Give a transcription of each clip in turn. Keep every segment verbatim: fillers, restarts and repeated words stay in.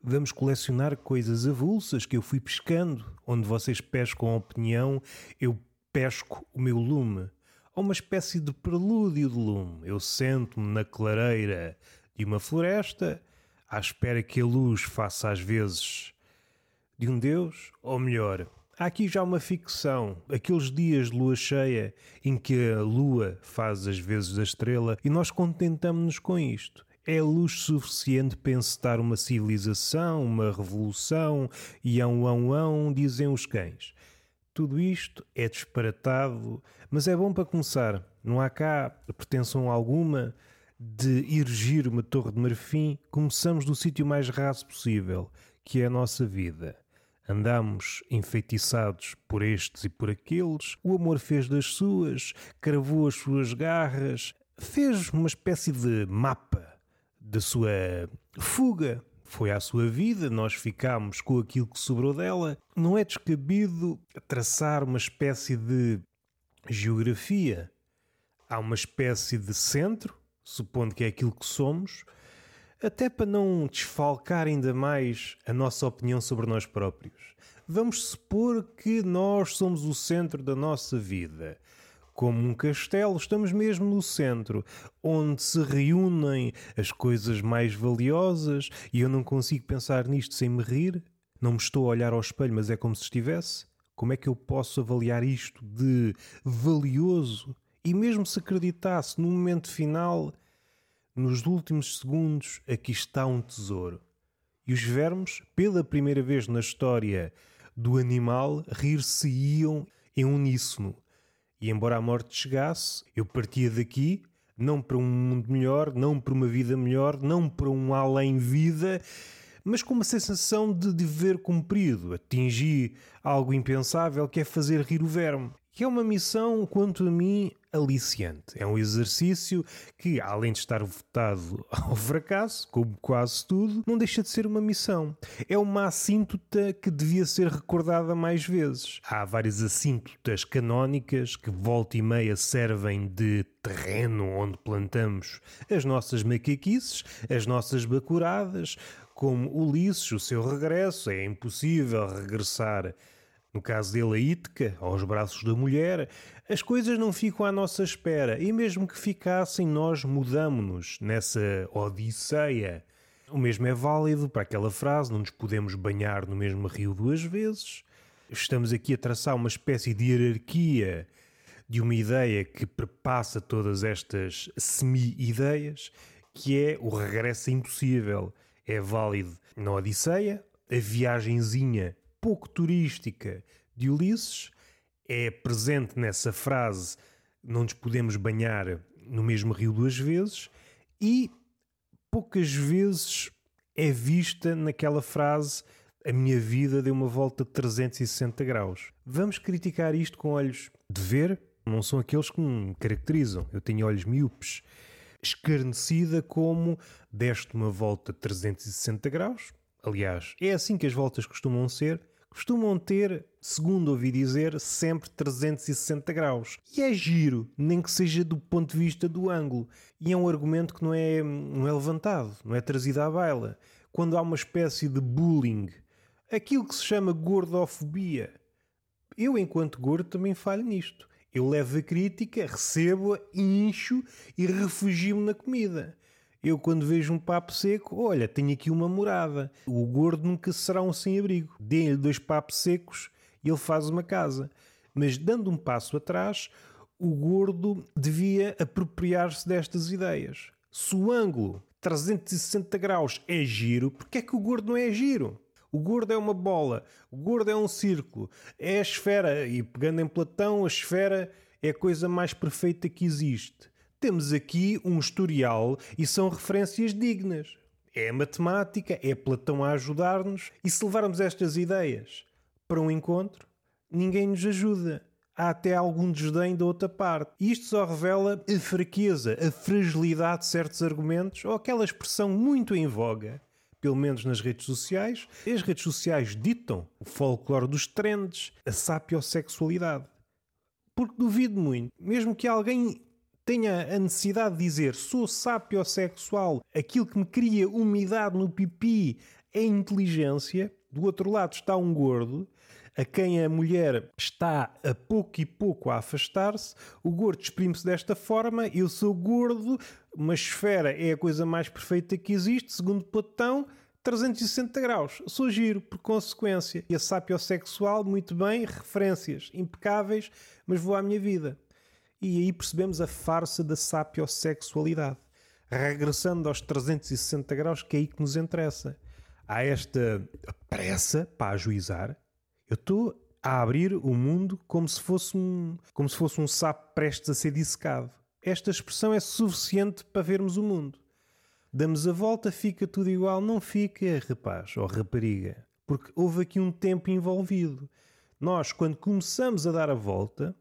Vamos colecionar coisas avulsas que eu fui pescando. Onde vocês pescam a opinião, eu pesco o meu lume. Ou uma espécie de prelúdio de lume. Eu sento-me na clareira de uma floresta, à espera que a luz faça às vezes de um Deus, ou melhor, há aqui já uma ficção, aqueles dias de lua cheia em que a lua faz as vezes da estrela e nós contentamos-nos com isto. É luz suficiente para encetar uma civilização, uma revolução, e ão, ão, ão, dizem os cães. Tudo isto é disparatado, mas é bom para começar. Não há cá pretensão alguma de erigir uma torre de marfim. Começamos do sítio mais raso possível, que é a nossa vida. Andamos enfeitiçados por estes e por aqueles. O amor fez das suas, cravou as suas garras, fez uma espécie de mapa da sua fuga. Foi à sua vida, nós ficámos com aquilo que sobrou dela. Não é descabido traçar uma espécie de geografia. Há uma espécie de centro, supondo que é aquilo que somos, até para não desfalcar ainda mais a nossa opinião sobre nós próprios. Vamos supor que nós somos o centro da nossa vida. Como um castelo, estamos mesmo no centro, onde se reúnem as coisas mais valiosas, e eu não consigo pensar nisto sem me rir. Não me estou a olhar ao espelho, mas é como se estivesse. Como é que eu posso avaliar isto de valioso? E mesmo se acreditasse no momento final, nos últimos segundos, aqui está um tesouro. E os vermes, pela primeira vez na história do animal, rir-se-iam em uníssono. E embora a morte chegasse, eu partia daqui, não para um mundo melhor, não para uma vida melhor, não para um além-vida, mas com uma sensação de dever cumprido. Atingi algo impensável, que é fazer rir o verme. Que é uma missão, quanto a mim, aliciante. É um exercício que, além de estar votado ao fracasso, como quase tudo, não deixa de ser uma missão. É uma assíntota que devia ser recordada mais vezes. Há várias assíntotas canónicas que volta e meia servem de terreno onde plantamos as nossas macaquices, as nossas bacuradas, como Ulisses, o seu regresso. É impossível regressar, no caso dele, a Ítica, aos braços da mulher. As coisas não ficam à nossa espera, e mesmo que ficassem, nós mudamo-nos nessa odisseia. O mesmo é válido para aquela frase: não nos podemos banhar no mesmo rio duas vezes. Estamos aqui a traçar uma espécie de hierarquia de uma ideia que perpassa todas estas semi-ideias, que é o regresso impossível. É válido na Odisseia, a viagenzinha pouco turística de Ulisses, é presente nessa frase: não nos podemos banhar no mesmo rio duas vezes, e poucas vezes é vista naquela frase: a minha vida deu uma volta de trezentos e sessenta graus. Vamos criticar isto com olhos de ver? Não são aqueles que me caracterizam. Eu tenho olhos míopes. Escarnecida como deste uma volta de trezentos e sessenta graus. Aliás, é assim que as voltas costumam ser. Costumam ter, segundo ouvi dizer, sempre trezentos e sessenta graus. E é giro, nem que seja do ponto de vista do ângulo. E é um argumento que não é, não é levantado, não é trazido à baila. Quando há uma espécie de bullying, aquilo que se chama gordofobia. Eu, enquanto gordo, também falho nisto. Eu levo a crítica, recebo-a, incho e refugio-me na comida. Eu, quando vejo um papo seco, olha, tenho aqui uma morada. O gordo nunca será um sem-abrigo. Dê-lhe dois papos secos e ele faz uma casa. Mas, dando um passo atrás, o gordo devia apropriar-se destas ideias. Se o ângulo trezentos e sessenta graus é giro, porque é que o gordo não é giro? O gordo é uma bola, o gordo é um círculo, é a esfera, e pegando em Platão, a esfera é a coisa mais perfeita que existe. Temos aqui um historial e são referências dignas. É a matemática, é Platão a ajudar-nos, e se levarmos estas ideias para um encontro, ninguém nos ajuda. Há até algum desdém da outra parte. Isto só revela a fraqueza, a fragilidade de certos argumentos, ou aquela expressão muito em voga, pelo menos nas redes sociais. As redes sociais ditam o folclore dos trends, a sapiosexualidade. Porque duvido muito, mesmo que alguém tenha a necessidade de dizer sou sapiosexual, aquilo que me cria umidade no pipi é inteligência. Do outro lado está um gordo, a quem a mulher está a pouco e pouco a afastar-se. O gordo exprime-se desta forma: eu sou gordo, uma esfera é a coisa mais perfeita que existe, segundo Platão, trezentos e sessenta graus. Sou giro, por consequência. E a sapiosexual, muito bem, referências impecáveis, mas vou à minha vida. E aí percebemos a farsa da sapiosexualidade. Regressando aos trezentos e sessenta graus, que é aí que nos interessa. Há esta pressa para ajuizar. Eu estou a abrir o mundo como se fosse um, como se fosse um sapo prestes a ser dissecado. Esta expressão é suficiente para vermos o mundo. Damos a volta, fica tudo igual. Não fica, rapaz ou rapariga. Porque houve aqui um tempo envolvido. Nós, quando começamos a dar a volta,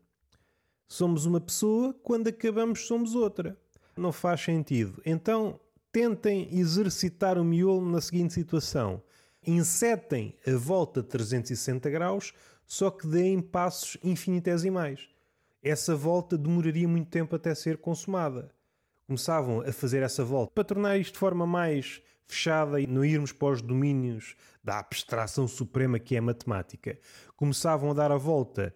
somos uma pessoa, quando acabamos somos outra. Não faz sentido. Então, tentem exercitar o miolo na seguinte situação. Insetem a volta de trezentos e sessenta graus, só que deem passos infinitesimais. Essa volta demoraria muito tempo até ser consumada. Começavam a fazer essa volta para tornar isto de forma mais fechada e não irmos para os domínios da abstração suprema que é a matemática. Começavam a dar a volta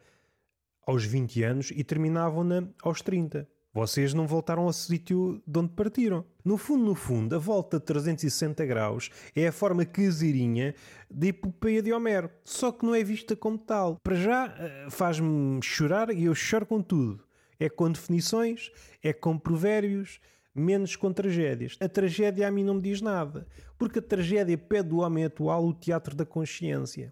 aos vinte anos e terminavam-na aos trinta. Vocês não voltaram ao sítio de onde partiram. No fundo, no fundo, a volta de trezentos e sessenta graus é a forma caseirinha da epopeia de Homero. Só que não é vista como tal. Para já, faz-me chorar e eu choro com tudo. É com definições, é com provérbios, menos com tragédias. A tragédia a mim não me diz nada. Porque a tragédia pede do homem atual o teatro da consciência.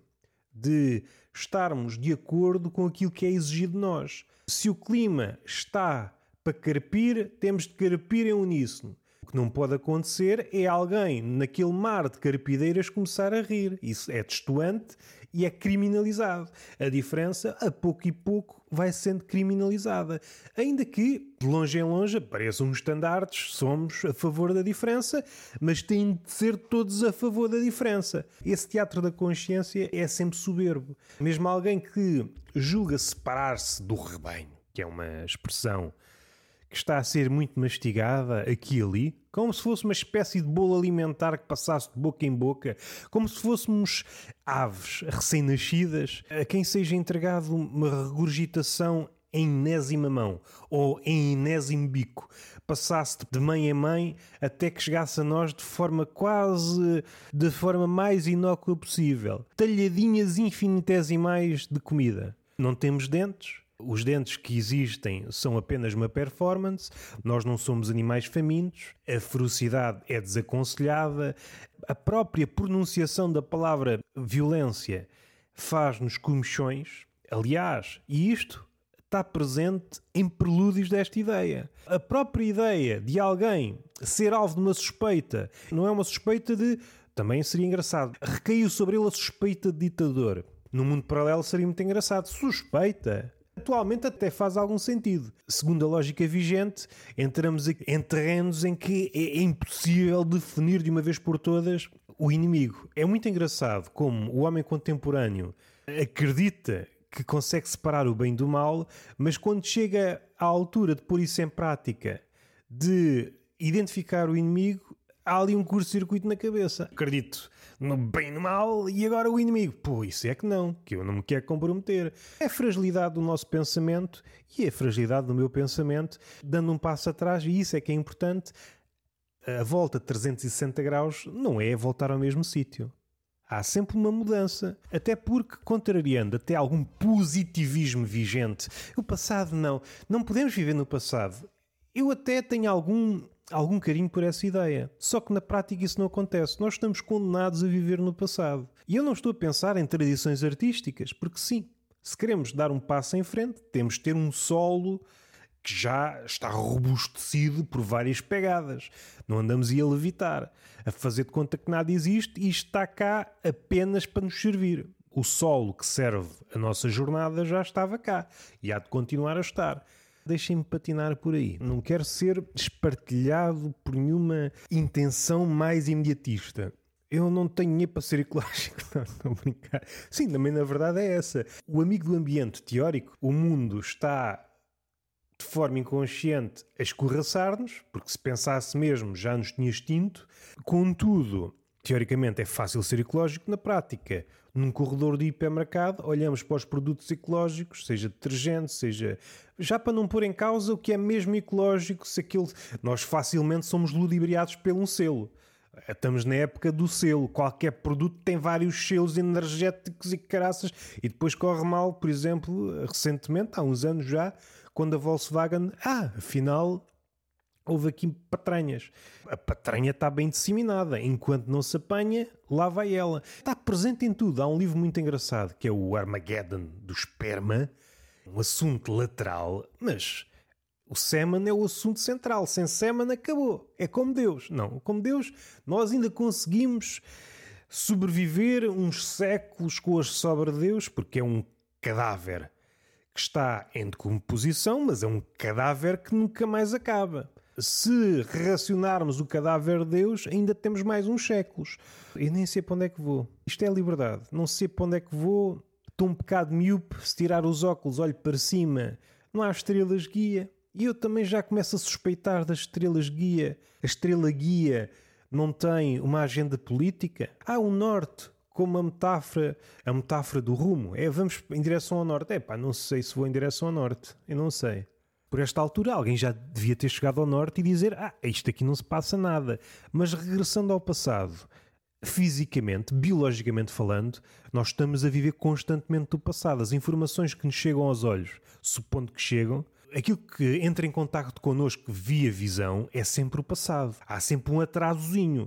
De estarmos de acordo com aquilo que é exigido de nós. Se o clima está para carpir, temos de carpir em uníssono. O que não pode acontecer é alguém, naquele mar de carpideiras, começar a rir. Isso é destoante e é criminalizado. A diferença, a pouco e pouco, vai sendo criminalizada. Ainda que, de longe em longe, apareçam uns estandartes, somos a favor da diferença, mas têm de ser todos a favor da diferença. Esse teatro da consciência é sempre soberbo. Mesmo alguém que julga separar-se do rebanho, que é uma expressão que está a ser muito mastigada aqui e ali, como se fosse uma espécie de bolo alimentar que passasse de boca em boca, como se fôssemos aves recém-nascidas a quem seja entregado uma regurgitação em enésima mão ou em enésimo bico, passasse de mãe em mãe até que chegasse a nós de forma quase, de forma mais inócua possível. Talhadinhas infinitesimais de comida. Não temos dentes. Os dentes que existem são apenas uma performance, nós não somos animais famintos, a ferocidade é desaconselhada, a própria pronunciação da palavra violência faz-nos comichões. Aliás, e isto está presente em prelúdios desta ideia. A própria ideia de alguém ser alvo de uma suspeita não é uma suspeita de... Também seria engraçado. Recaiu sobre ele a suspeita de ditador. No mundo paralelo seria muito engraçado. Suspeita... Atualmente até faz algum sentido. Segundo a lógica vigente, entramos em terrenos em que é impossível definir de uma vez por todas o inimigo. É muito engraçado como o homem contemporâneo acredita que consegue separar o bem do mal, mas quando chega à altura de pôr isso em prática, de identificar o inimigo, há ali um curto-circuito na cabeça. Acredito no bem e no mal e agora o inimigo. Pô, isso é que não, que eu não me quero comprometer. É a fragilidade do nosso pensamento e é a fragilidade do meu pensamento, dando um passo atrás, e isso é que é importante. A volta de trezentos e sessenta graus não é voltar ao mesmo sítio. Há sempre uma mudança, até porque, contrariando até algum positivismo vigente, o passado não. Não podemos viver no passado. Eu até tenho algum... algum carinho por essa ideia. Só que na prática isso não acontece. Nós estamos condenados a viver no passado. E eu não estou a pensar em tradições artísticas, porque sim, se queremos dar um passo em frente, temos de ter um solo que já está robustecido por várias pegadas. Não andamos a levitar, a fazer de conta que nada existe e está cá apenas para nos servir. O solo que serve a nossa jornada já estava cá e há de continuar a estar. Deixem-me patinar por aí. Não quero ser espartilhado por nenhuma intenção mais imediatista. Eu não tenho dinheiro para ser ecológico. Não, estou a brincar. Sim, também na verdade é essa. O amigo do ambiente teórico, o mundo está de forma inconsciente a escorraçar-nos, porque se pensasse mesmo já nos tinha extinto. Contudo, Teoricamente é fácil ser ecológico, na prática, num corredor de hipermercado, olhamos para os produtos ecológicos, seja detergente, seja... Já para não pôr em causa o que é mesmo ecológico, se aquilo... Nós facilmente somos ludibriados por um selo. Estamos na época do selo. Qualquer produto tem vários selos energéticos e caraças. E depois corre mal, por exemplo, recentemente, há uns anos já, quando a Volkswagen... Ah, afinal... Houve aqui patranhas. A patranha está bem disseminada. Enquanto não se apanha, lá vai ela. Está presente em tudo. Há um livro muito engraçado que é o Armageddon do esperma. Um assunto lateral. Mas o sêmen é o assunto central. Sem sêmen acabou. É como Deus. Não, como Deus, nós ainda conseguimos sobreviver uns séculos com as sobras de Deus, porque é um cadáver que está em decomposição, mas é um cadáver que nunca mais acaba. Se racionarmos o cadáver de Deus, ainda temos mais uns séculos. Eu nem sei para onde é que vou. Isto é liberdade. Não sei para onde é que vou. Estou um bocado miúpe. Se tirar os óculos, olho para cima, não há estrelas guia. E eu também já começo a suspeitar das estrelas guia. A estrela guia não tem uma agenda política? Há um norte, como a metáfora, a metáfora do rumo. É, vamos em direção ao norte. É pá, não sei se vou em direção ao norte. Eu não sei. Por esta altura, alguém já devia ter chegado ao norte e dizer: ah, isto aqui não se passa nada. Mas regressando ao passado, fisicamente, biologicamente falando, nós estamos a viver constantemente do passado. As informações que nos chegam aos olhos, supondo que chegam, aquilo que entra em contacto connosco via visão é sempre o passado. Há sempre um atrasozinho.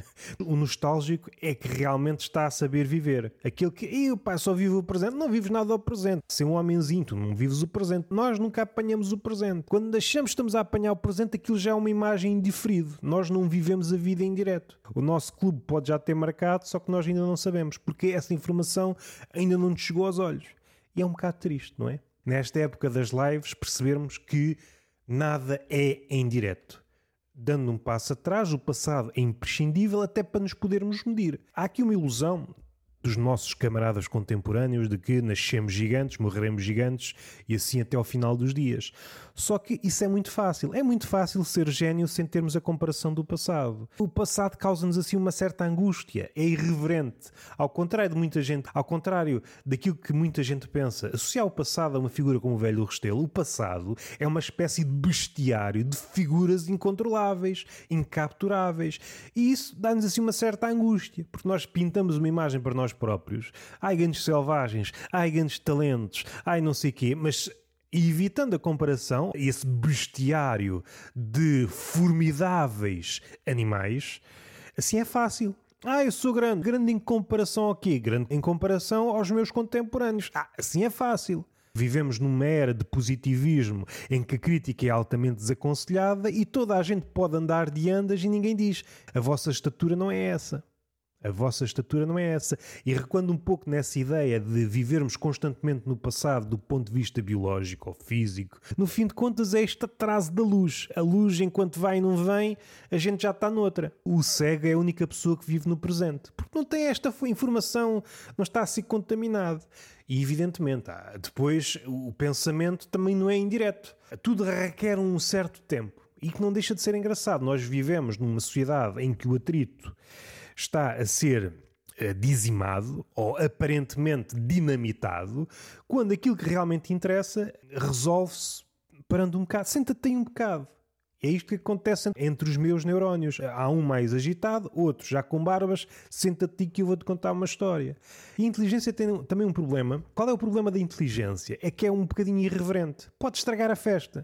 O nostálgico é que realmente está a saber viver. Aquele que, eu pá, só vivo o presente. Não vives nada ao presente. Se é um homenzinho, tu não vives o presente. Nós nunca apanhamos o presente. Quando achamos que estamos a apanhar o presente, aquilo já é uma imagem indiferido. Nós não vivemos a vida em direto. O nosso clube pode já ter marcado, só que nós ainda não sabemos, porque essa informação ainda não nos chegou aos olhos. E é um bocado triste, não é? Nesta época das lives, percebermos que nada é em direto. Dando um passo atrás, o passado é imprescindível até para nos podermos medir. Há aqui uma ilusão dos nossos camaradas contemporâneos de que nascemos gigantes, morreremos gigantes e assim até ao final dos dias. Só que isso é muito fácil. É muito fácil ser gênio sem termos a comparação do passado. O passado causa-nos assim uma certa angústia. É irreverente. Ao contrário de muita gente, ao contrário daquilo que muita gente pensa, associar o passado a uma figura como o velho do Restelo, o passado é uma espécie de bestiário de figuras incontroláveis, incapturáveis. E isso dá-nos assim uma certa angústia, porque nós pintamos uma imagem para nós próprios. Ai, grandes selvagens, ai, grandes talentos, ai, não sei o quê, mas evitando a comparação, esse bestiário de formidáveis animais, assim é fácil. Ah, eu sou grande. Grande em comparação ao quê? Grande em comparação aos meus contemporâneos. Ah, assim é fácil. Vivemos numa era de positivismo em que a crítica é altamente desaconselhada e toda a gente pode andar de andas e ninguém diz: a vossa estatura não é essa. A vossa estatura não é essa. E recuando um pouco nessa ideia de vivermos constantemente no passado do ponto de vista biológico ou físico, no fim de contas é este atraso da luz. A luz, enquanto vai e não vem, a gente já está noutra. O cego é a única pessoa que vive no presente, porque não tem esta informação, não está a ser contaminado. E evidentemente, depois o pensamento também não é indireto. Tudo requer um certo tempo. E que não deixa de ser engraçado. Nós vivemos numa sociedade em que o atrito está a ser uh, dizimado ou aparentemente dinamitado, quando aquilo que realmente interessa resolve-se parando um bocado. Senta-te aí um bocado. É isto que acontece entre os meus neurónios. Há um mais agitado, outro já com barbas. Senta-te que eu vou-te contar uma história. E a inteligência tem também um problema. Qual é o problema da inteligência? É que é um bocadinho irreverente. Pode estragar a festa.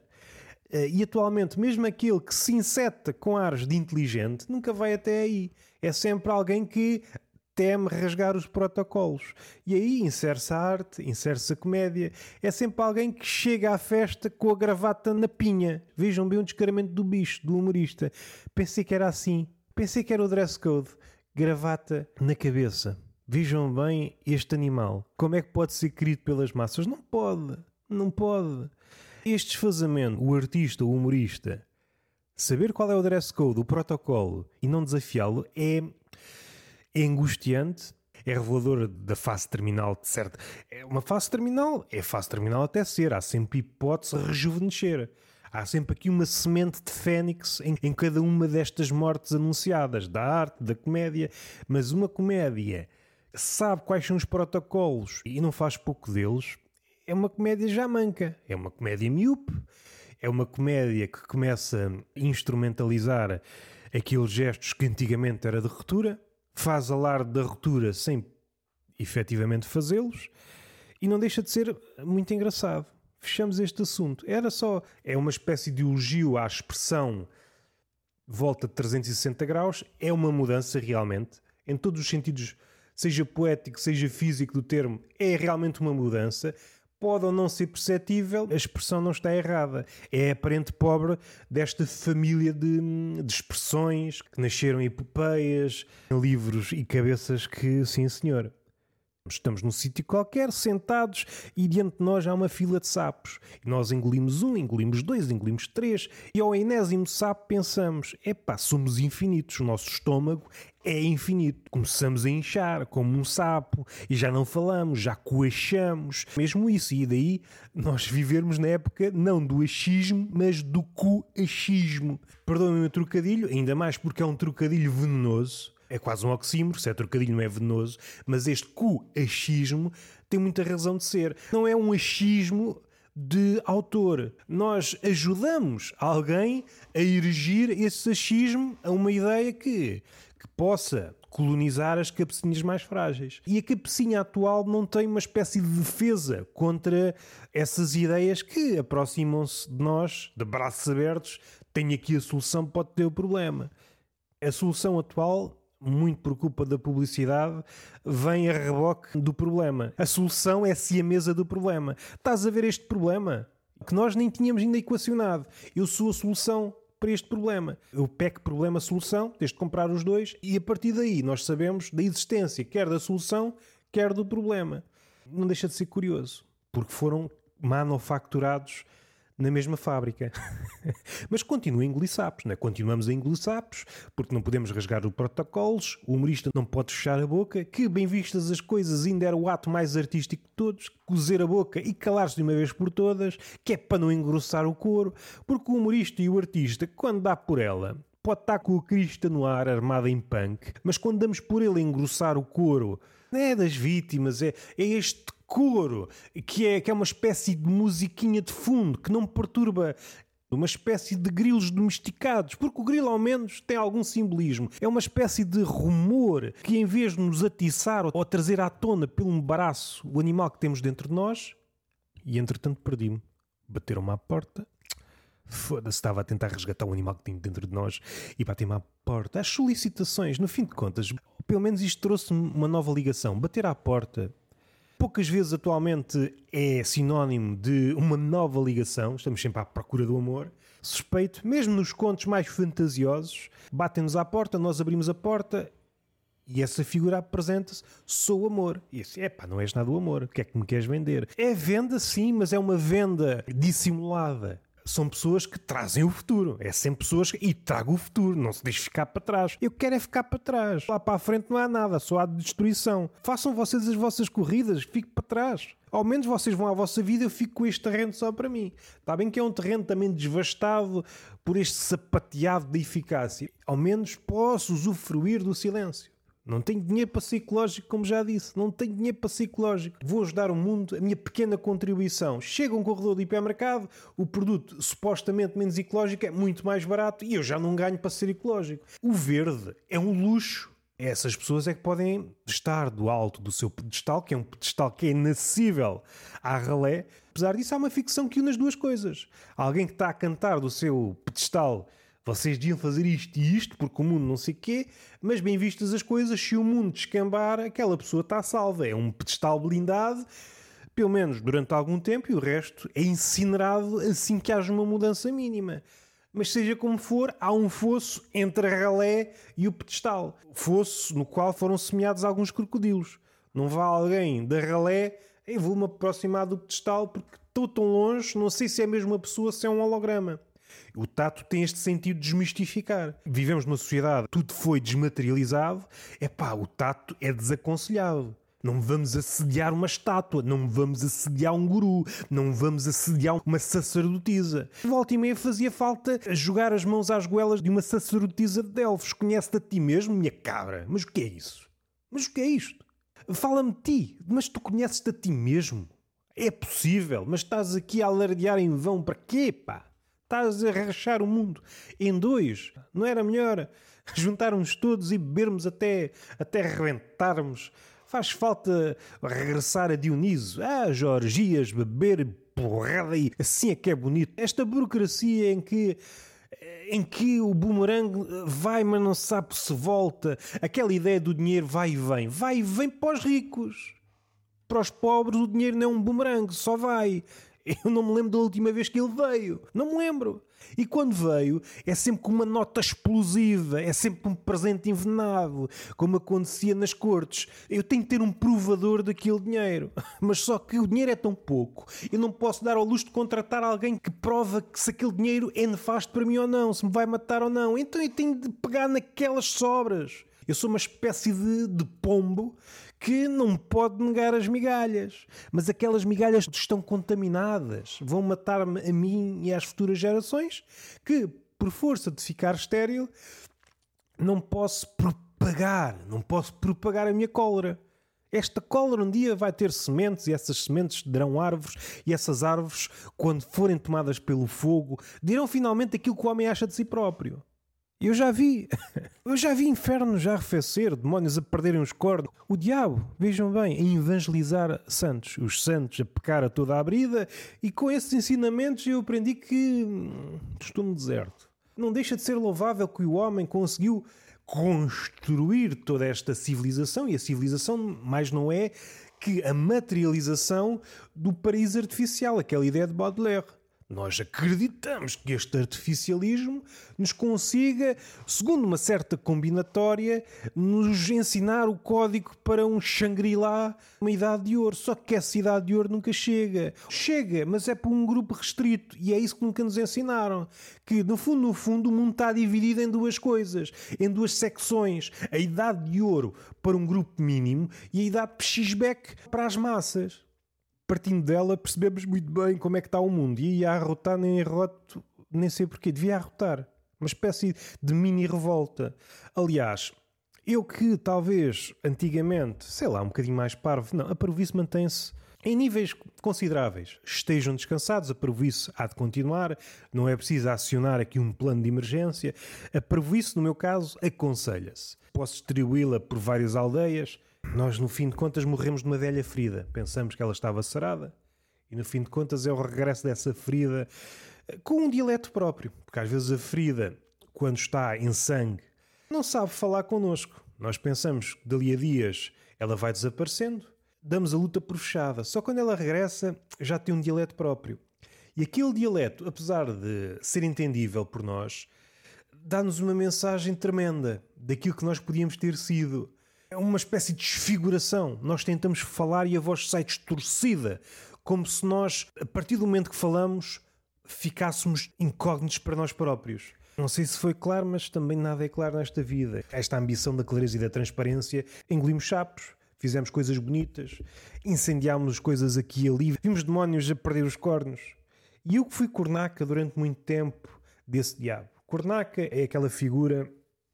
E atualmente, mesmo aquele que se inseta com ares de inteligente, nunca vai até aí. É sempre alguém que teme rasgar os protocolos. E aí insere-se a arte, insere-se a comédia. É sempre alguém que chega à festa com a gravata na pinha. Vejam bem o descaramento do bicho, do humorista. Pensei que era assim. Pensei que era o dress code. Gravata na cabeça. Vejam bem este animal. Como é que pode ser querido pelas massas? Não pode. Não pode. Este desfazamento, o artista, o humorista, saber qual é o dress code, o protocolo e não desafiá-lo é, é angustiante, é revelador da fase terminal de certo. É uma fase terminal, é fase terminal até ser. Há sempre hipótese de rejuvenescer. Há sempre aqui uma semente de fênix em, em cada uma destas mortes anunciadas, da arte, da comédia, mas uma comédia sabe quais são os protocolos e não faz pouco deles, é uma comédia já manca, é uma comédia miúpe, é uma comédia que começa a instrumentalizar aqueles gestos que antigamente era de ruptura, faz alarde da ruptura sem efetivamente fazê-los e não deixa de ser muito engraçado. Fechamos este assunto. Era só, é uma espécie de elogio à expressão volta de trezentos e sessenta graus, é uma mudança realmente, em todos os sentidos, seja poético, seja físico do termo, é realmente uma mudança. Pode ou não ser perceptível, a expressão não está errada. É a parente pobre desta família de, de expressões que nasceram em epopeias, em livros e cabeças que, sim senhor. Estamos num sítio qualquer, sentados, e diante de nós há uma fila de sapos. E nós engolimos um, engolimos dois, engolimos três, e ao enésimo sapo pensamos, epá, somos infinitos, o nosso estômago é infinito. Começamos a inchar como um sapo, e já não falamos, já coachamos. Mesmo isso, e daí nós vivermos na época não do achismo, mas do coachismo. Perdoem-me o trocadilho, ainda mais porque é um trocadilho venenoso. É quase um oxímoro, se é trocadilho não é venenoso, mas este coachismo tem muita razão de ser. Não é um achismo de autor. Nós ajudamos alguém a erigir esse achismo a uma ideia que, que possa colonizar as cabecinhas mais frágeis. E a cabecinha atual não tem uma espécie de defesa contra essas ideias que aproximam-se de nós, de braços abertos, tem aqui a solução, pode ter o problema. A solução atual, muito por culpa da publicidade, vem a reboque do problema. A solução é siamesa do problema. Estás a ver este problema? Que nós nem tínhamos ainda equacionado. Eu sou a solução para este problema. Eu pego problema-solução, tens de comprar os dois, e a partir daí nós sabemos da existência, quer da solução, quer do problema. Não deixa de ser curioso, porque foram manufacturados na mesma fábrica. Mas continua a engolir sapos, não é? Continuamos a engolir sapos, porque não podemos rasgar os protocolos, o humorista não pode fechar a boca, que, bem vistas as coisas, ainda era o ato mais artístico de todos, cozer a boca e calar-se de uma vez por todas, que é para não engrossar o couro, porque o humorista e o artista, quando dá por ela, pode estar com a crista no ar armada em punk, mas quando damos por ele a engrossar o couro, é das vítimas, é, é este coro, que é, que é uma espécie de musiquinha de fundo, que não me perturba, uma espécie de grilos domesticados, porque o grilo ao menos tem algum simbolismo. É uma espécie de rumor que, em vez de nos atiçar ou trazer à tona pelo embaraço o animal que temos dentro de nós, e entretanto perdi-me. Bateram-me à porta. Foda-se, estava a tentar resgatar o animal que tinha dentro de nós e batem-me à porta. As solicitações, no fim de contas, pelo menos isto trouxe-me uma nova ligação. Bater à porta poucas vezes atualmente é sinónimo de uma nova ligação. Estamos sempre à procura do amor. Suspeito, mesmo nos contos mais fantasiosos, batem-nos à porta, nós abrimos a porta e essa figura apresenta-se, sou amor. E assim, epá, não és nada o amor, o que é que me queres vender? É venda sim, mas é uma venda dissimulada. São pessoas que trazem o futuro. É sempre pessoas que... E trago o futuro. Não se deixe ficar para trás. Eu quero é ficar para trás. Lá para a frente não há nada. Só há destruição. Façam vocês as vossas corridas. Fico para trás. Ao menos vocês vão à vossa vida. Eu fico com este terreno só para mim. Está bem que é um terreno também devastado por este sapateado de eficácia. Ao menos posso usufruir do silêncio. Não tenho dinheiro para ser ecológico, como já disse. Não tenho dinheiro para ser ecológico. Vou ajudar o mundo, a minha pequena contribuição. Chega um corredor de hipermercado, o produto supostamente menos ecológico é muito mais barato e eu já não ganho para ser ecológico. O verde é um luxo. Essas pessoas é que podem estar do alto do seu pedestal, que é um pedestal que é inacessível à ralé. Apesar disso, há uma ficção que une as duas coisas. Alguém que está a cantar do seu pedestal: vocês deviam fazer isto e isto, porque o mundo não sei o quê, mas bem vistas as coisas, se o mundo descambar, aquela pessoa está salva. É um pedestal blindado, pelo menos durante algum tempo, e o resto é incinerado assim que haja uma mudança mínima. Mas seja como for, há um fosso entre a ralé e o pedestal. Fosso no qual foram semeados alguns crocodilos. Não vá alguém da ralé, eu vou-me aproximar do pedestal porque estou tão longe, não sei se é mesmo uma pessoa, se é um holograma. O tato tem este sentido de desmistificar. Vivemos numa sociedade, tudo foi desmaterializado. Epá, o tato é desaconselhado. Não vamos assediar uma estátua, não vamos assediar um guru, não vamos assediar uma sacerdotisa. Volta e meia fazia falta jogar as mãos às goelas de uma sacerdotisa de Delfos. Conhece-te a ti mesmo, minha cabra? Mas o que é isso? Mas o que é isto? Fala-me de ti, mas tu conheces-te a ti mesmo? É possível, mas estás aqui a alardear em vão para quê, pá? Estás a rachar o mundo em dois. Não era melhor juntarmos todos e bebermos até, até rebentarmos? Faz falta regressar a Dioniso. Ah, Jorgias, beber, porrada e assim é que é bonito. Esta burocracia em que, em que o bumerangue vai, mas não sabe se volta. Aquela ideia do dinheiro vai e vem. Vai e vem para os ricos. Para os pobres o dinheiro não é um bumerangue, só vai. Eu não me lembro da última vez que ele veio. Não me lembro. E quando veio, é sempre com uma nota explosiva, é sempre um presente envenenado, como acontecia nas cortes. Eu tenho que ter um provador daquele dinheiro. Mas só que o dinheiro é tão pouco, eu não posso dar ao luxo de contratar alguém que prova que se aquele dinheiro é nefasto para mim ou não, se me vai matar ou não. Então eu tenho de pegar naquelas sobras. Eu sou uma espécie de, de pombo que não pode negar as migalhas. Mas aquelas migalhas estão contaminadas. Vão matar-me a mim e às futuras gerações que, por força de ficar estéril, não posso propagar, não posso propagar a minha cólera. Esta cólera um dia vai ter sementes e essas sementes darão árvores e essas árvores, quando forem tomadas pelo fogo, dirão finalmente aquilo que o homem acha de si próprio. Eu já vi, eu já vi infernos a arrefecer, demónios a perderem os cornos. O diabo, vejam bem, a evangelizar santos. Os santos a pecar a toda a brida e com esses ensinamentos eu aprendi que hum, estou no deserto. Não deixa de ser louvável que o homem conseguiu construir toda esta civilização e a civilização mais não é que a materialização do paraíso artificial, aquela ideia de Baudelaire. Nós acreditamos que este artificialismo nos consiga, segundo uma certa combinatória, nos ensinar o código para um Shangri-La, uma idade de ouro. Só que essa idade de ouro nunca chega. Chega, mas é para um grupo restrito. E é isso que nunca nos ensinaram. Que, no fundo, no fundo, o mundo está dividido em duas coisas. Em duas secções. A idade de ouro para um grupo mínimo e a idade de pechisbeque para as massas. Partindo dela, percebemos muito bem como é que está o mundo. E ia arrotar, nem arroto, nem sei porquê. Devia arrotar. Uma espécie de mini-revolta. Aliás, eu que talvez antigamente, sei lá, um bocadinho mais parvo, não, a parvoíce mantém-se em níveis consideráveis. Estejam descansados, a parvoíce há de continuar. Não é preciso acionar aqui um plano de emergência. A parvoíce, no meu caso, aconselha-se. Posso distribuí-la por várias aldeias. Nós, no fim de contas, morremos de uma velha ferida. Pensamos que ela estava sarada e, no fim de contas, é o regresso dessa ferida com um dialeto próprio. Porque, às vezes, a ferida, quando está em sangue, não sabe falar connosco. Nós pensamos que, dali a dias, ela vai desaparecendo. Damos a luta por fechada. Só quando ela regressa, já tem um dialeto próprio. E aquele dialeto, apesar de ser entendível por nós, dá-nos uma mensagem tremenda daquilo que nós podíamos ter sido. É uma espécie de desfiguração. Nós tentamos falar e a voz sai distorcida, como se nós, a partir do momento que falamos, ficássemos incógnitos para nós próprios. Não sei se foi claro, mas também nada é claro nesta vida. Esta ambição da clareza e da transparência, engolimos sapos, fizemos coisas bonitas, incendiámos coisas aqui e ali, vimos demónios a perder os cornos. E eu que fui cornaca durante muito tempo desse diabo. Cornaca é aquela figura,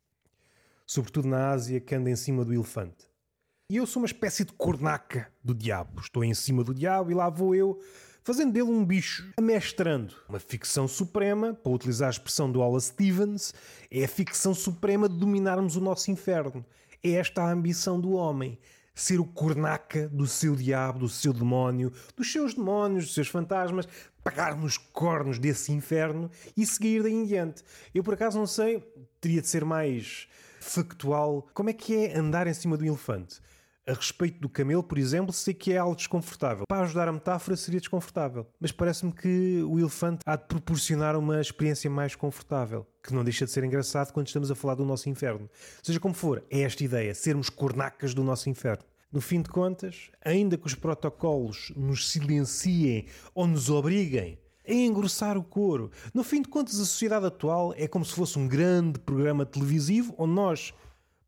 sobretudo na Ásia, que anda em cima do elefante. E eu sou uma espécie de cornaca do diabo. Estou em cima do diabo e lá vou eu, fazendo dele um bicho, amestrando. Uma ficção suprema, para utilizar a expressão do Wallace Stevens, é a ficção suprema de dominarmos o nosso inferno. É esta a ambição do homem. Ser o cornaca do seu diabo, do seu demónio, dos seus demónios, dos seus fantasmas, pegar nos cornos desse inferno e seguir daí em diante. Eu, por acaso, não sei, teria de ser mais factual. Como é que é andar em cima do elefante? A respeito do camelo, por exemplo, sei que é algo desconfortável. Para ajudar a metáfora, seria desconfortável. Mas parece-me que o elefante há de proporcionar uma experiência mais confortável, que não deixa de ser engraçado quando estamos a falar do nosso inferno. Seja como for, é esta ideia, sermos cornacas do nosso inferno. No fim de contas, ainda que os protocolos nos silenciem ou nos obriguem a engrossar o couro, no fim de contas a sociedade atual é como se fosse um grande programa televisivo onde nós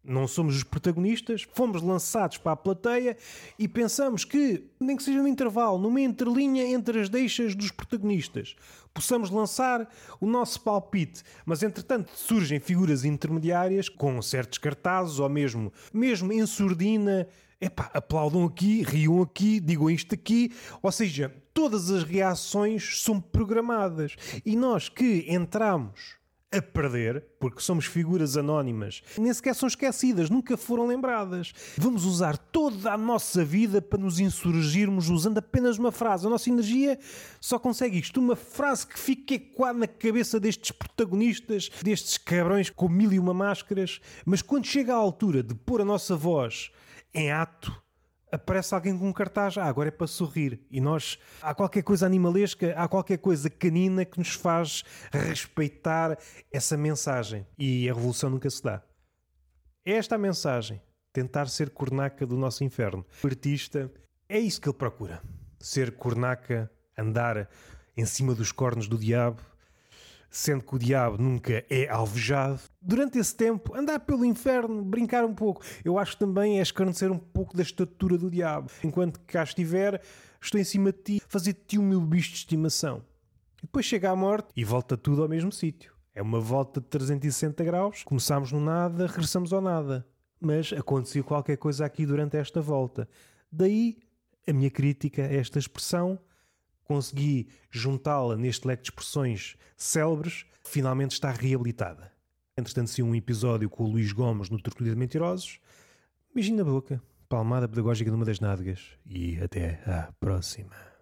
Não somos os protagonistas, fomos lançados para a plateia e pensamos que, nem que seja no intervalo, numa entrelinha entre as deixas dos protagonistas, possamos lançar o nosso palpite. Mas, entretanto, surgem figuras intermediárias com certos cartazes ou mesmo, mesmo em surdina. Epá, aplaudam aqui, riam aqui, digam isto aqui. Ou seja, todas as reações são programadas. E nós que entramos a perder, porque somos figuras anónimas, nem sequer são esquecidas, nunca foram lembradas. Vamos usar toda a nossa vida para nos insurgirmos usando apenas uma frase. A nossa energia só consegue isto. Uma frase que fica ecoada na cabeça destes protagonistas, destes cabrões com mil e uma máscaras. Mas quando chega à altura de pôr a nossa voz em ato, aparece alguém com um cartaz, ah, agora é para sorrir. E nós, há qualquer coisa animalesca, há qualquer coisa canina que nos faz respeitar essa mensagem. E a revolução nunca se dá. É esta a mensagem. Tentar ser cornaca do nosso inferno. O artista, é isso que ele procura. Ser cornaca, andar em cima dos cornos do diabo, sendo que o diabo nunca é alvejado. Durante esse tempo, andar pelo inferno, brincar um pouco. Eu acho que também é escarnecer um pouco da estatura do diabo. Enquanto que cá estiver, estou em cima de ti, fazer de ti o meu bicho de estimação. E depois chega a morte e volta tudo ao mesmo sítio. É uma volta de trezentos e sessenta graus. Começámos no nada, regressamos ao nada. Mas aconteceu qualquer coisa aqui durante esta volta. Daí a minha crítica a esta expressão. Consegui juntá-la neste leque de expressões célebres, finalmente está reabilitada. Entretanto, se um episódio com o Luís Gomes no Tortura de Mentirosos, beijinho na boca, palmada pedagógica numa das nádegas e até à próxima.